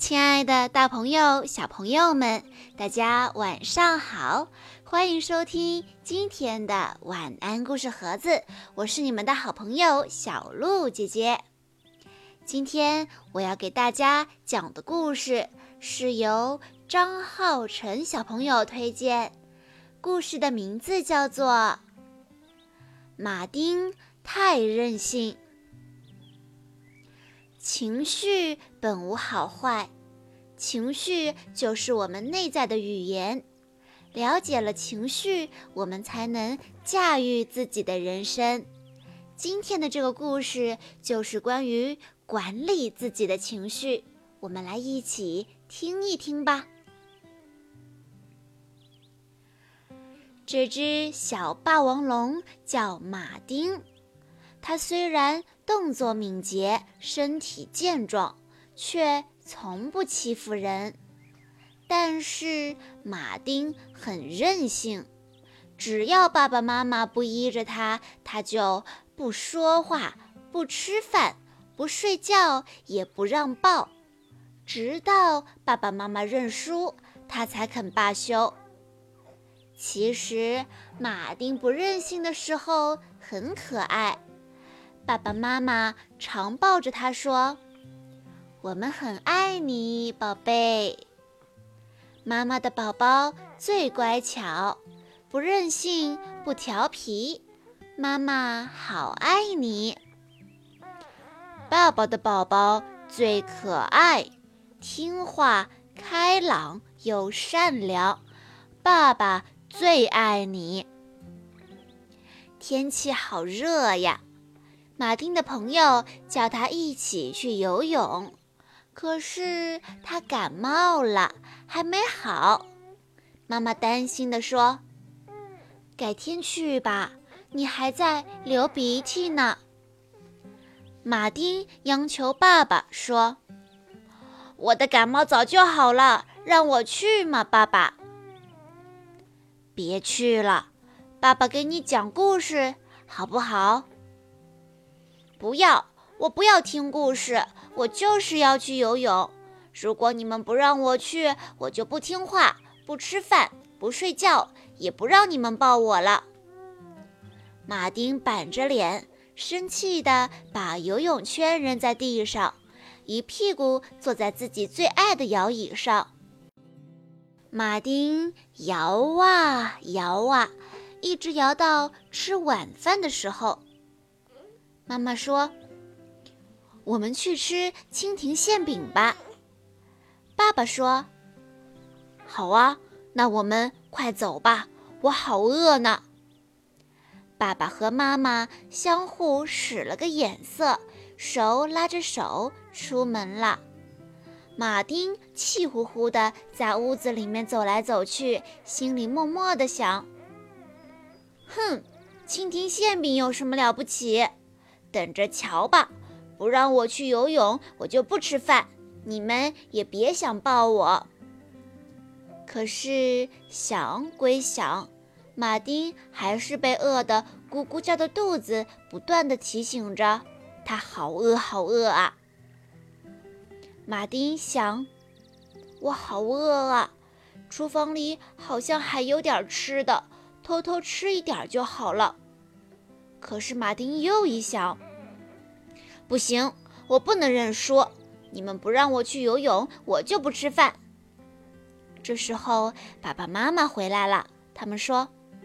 亲爱的大朋友、小朋友们，大家晚上好！欢迎收听今天的晚安故事盒子，我是你们的好朋友小鹿姐姐。今天我要给大家讲的故事是由张浩晨小朋友推荐，故事的名字叫做《马丁太任性》。情绪本无好坏，情绪就是我们内在的语言。了解了情绪，我们才能驾驭自己的人生。今天的这个故事就是关于管理自己的情绪，我们来一起听一听吧。这只小霸王龙叫马丁，它虽然动作敏捷，身体健壮，却从不欺负人。但是马丁很任性，只要爸爸妈妈不依着他，他就不说话，不吃饭，不睡觉，也不让抱，直到爸爸妈妈认输，他才肯罢休。其实马丁不任性的时候很可爱，爸爸妈妈常抱着他说：“我们很爱你，宝贝。”妈妈的宝宝最乖巧，不任性，不调皮，妈妈好爱你。爸爸的宝宝最可爱，听话，开朗又善良，爸爸最爱你。天气好热呀，马丁的朋友叫他一起去游泳，可是他感冒了，还没好。妈妈担心地说：“改天去吧，你还在流鼻涕呢。”马丁央求爸爸说：“我的感冒早就好了，让我去嘛，爸爸。”别去了，爸爸给你讲故事，好不好？不要，我不要听故事，我就是要去游泳。如果你们不让我去，我就不听话，不吃饭，不睡觉，也不让你们抱我了。马丁板着脸，生气地把游泳圈扔在地上，一屁股坐在自己最爱的摇椅上。马丁摇啊摇啊，一直摇到吃晚饭的时候。妈妈说：“我们去吃蜻蜓馅饼吧。”爸爸说：“好啊，那我们快走吧，我好饿呢。”爸爸和妈妈相互使了个眼色，手拉着手出门了。马丁气呼呼地在屋子里面走来走去，心里默默地想：“哼，蜻蜓馅饼有什么了不起？等着瞧吧，不让我去游泳，我就不吃饭，你们也别想抱我。”可是想归想，马丁还是被饿得咕咕叫的肚子不断地提醒着他好饿好饿啊。马丁想：“我好饿啊，厨房里好像还有点吃的，偷偷吃一点就好了。”可是马丁又一想：“不行，我不能认输，你们不让我去游泳，我就不吃饭。”这时候爸爸妈妈回来了，他们说：“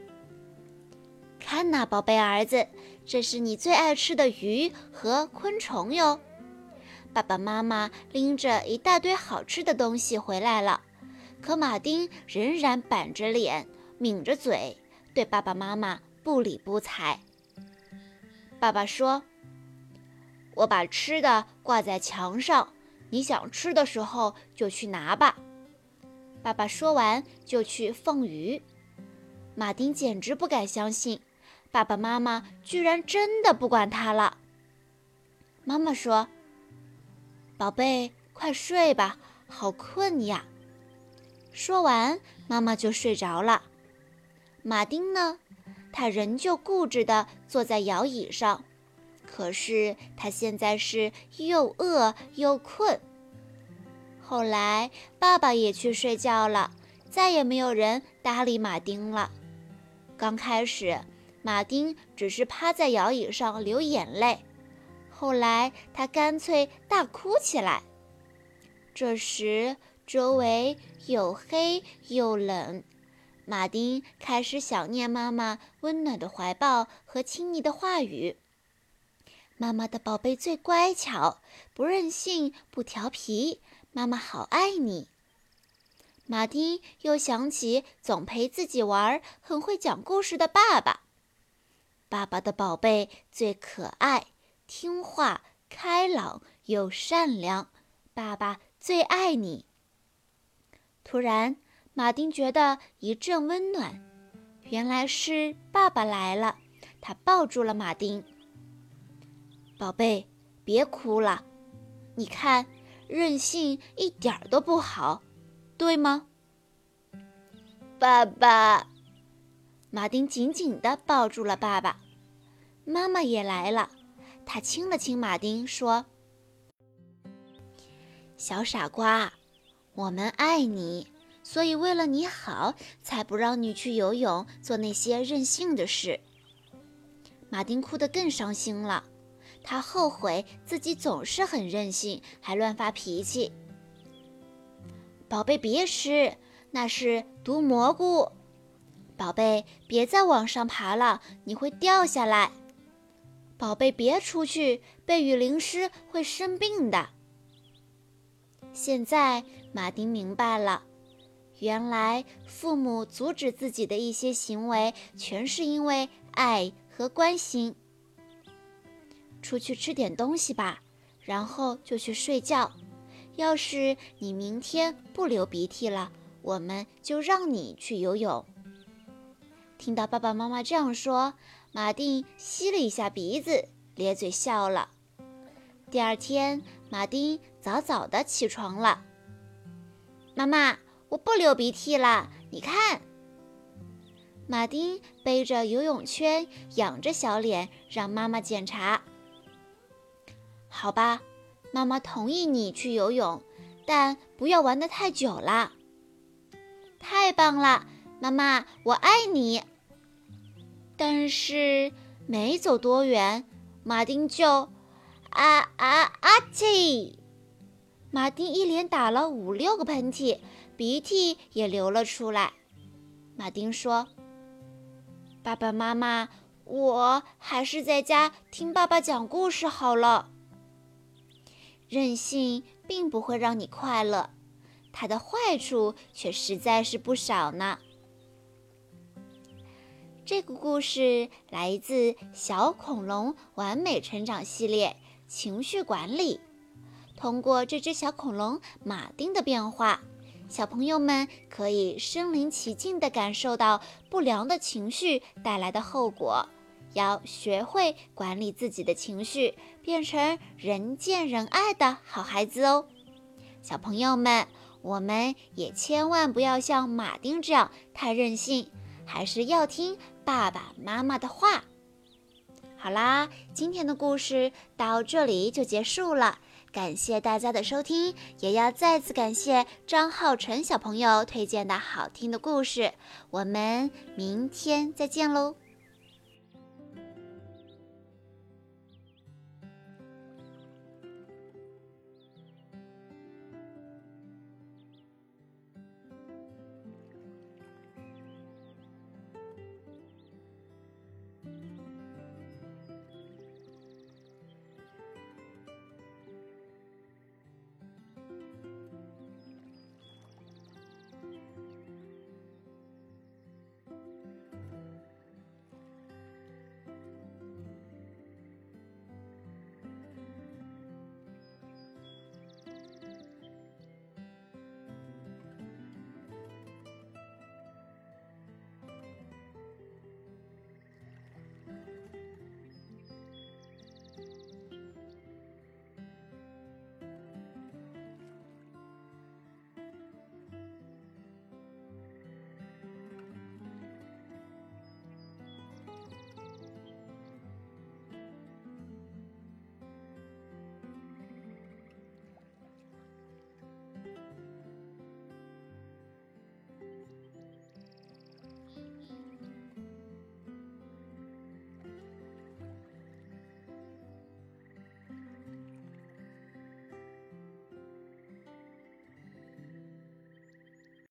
看哪，宝贝儿子，这是你最爱吃的鱼和昆虫哟。”爸爸妈妈拎着一大堆好吃的东西回来了，可马丁仍然板着脸，抿着嘴，对爸爸妈妈不理不睬。爸爸说：“我把吃的挂在墙上，你想吃的时候就去拿吧。”爸爸说完就去放鱼。马丁简直不敢相信，爸爸妈妈居然真的不管他了。妈妈说：“宝贝，快睡吧，好困呀。”说完，妈妈就睡着了。马丁呢，他仍旧固执地坐在摇椅上，可是他现在是又饿又困。 后来爸爸也去睡觉了，再也没有人搭理马丁了。刚开始，马丁只是趴在摇椅上流眼泪，后来他干脆大哭起来。这时，周围又黑又冷，马丁开始想念妈妈温暖的怀抱和亲昵的话语。妈妈的宝贝最乖巧，不任性，不调皮，妈妈好爱你。马丁又想起总陪自己玩、很会讲故事的爸爸。爸爸的宝贝最可爱、听话、开朗又善良，爸爸最爱你。突然，马丁觉得一阵温暖，原来是爸爸来了，他抱住了马丁。宝贝，别哭了，你看，任性一点儿都不好，对吗？爸爸，马丁紧紧地抱住了爸爸。妈妈也来了，她亲了亲马丁，说：小傻瓜，我们爱你，所以为了你好，才不让你去游泳，做那些任性的事。马丁哭得更伤心了，他后悔自己总是很任性，还乱发脾气。宝贝，别吃，那是毒蘑菇。宝贝，别再往上爬了，你会掉下来。宝贝，别出去，被雨淋湿会生病的。现在马丁明白了，原来父母阻止自己的一些行为，全是因为爱和关心。出去吃点东西吧，然后就去睡觉。要是你明天不流鼻涕了，我们就让你去游泳。听到爸爸妈妈这样说，马丁吸了一下鼻子，咧嘴笑了。第二天，马丁早早地起床了。妈妈，我不流鼻涕了，你看。马丁背着游泳圈，仰着小脸让妈妈检查。好吧，妈妈同意你去游泳，但不要玩得太久了。太棒了，妈妈，我爱你。但是没走多远，马丁就嚏！马丁一连打了5、6个喷嚏，鼻涕也流了出来。马丁说：爸爸妈妈，我还是在家听爸爸讲故事好了。任性并不会让你快乐，它的坏处却实在是不少呢。这个故事来自《小恐龙完美成长系列：情绪管理》。通过这只小恐龙马丁的变化，小朋友们可以身临其境地感受到不良的情绪带来的后果，要学会管理自己的情绪，变成人见人爱的好孩子哦。小朋友们，我们也千万不要像马丁这样太任性，还是要听爸爸妈妈的话。好啦，今天的故事到这里就结束了，感谢大家的收听，也要再次感谢张浩辰小朋友推荐的好听的故事。我们明天再见喽。